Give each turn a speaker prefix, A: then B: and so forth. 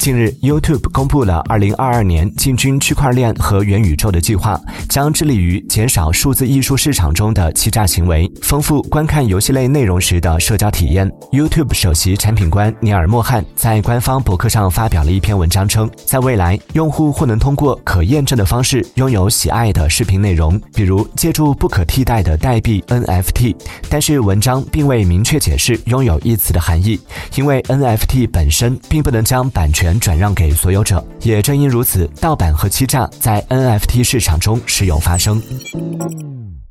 A: 近日 YouTube 公布了2022年进军区块链和元宇宙的计划，将致力于减少数字艺术市场中的欺诈行为，丰富观看游戏类内容时的社交体验。YouTube 首席产品官尼尔·莫汉在官方博客上发表了一篇文章称，在未来，用户或能通过可验证的方式拥有喜爱的视频内容，比如借助不可替代的代币 NFT。但是文章并未明确解释拥有一词的含义，因为 NFT 本身并不能将版权转让给所有者。也正因如此，盗版和欺诈在 NFT 市场中时有发生。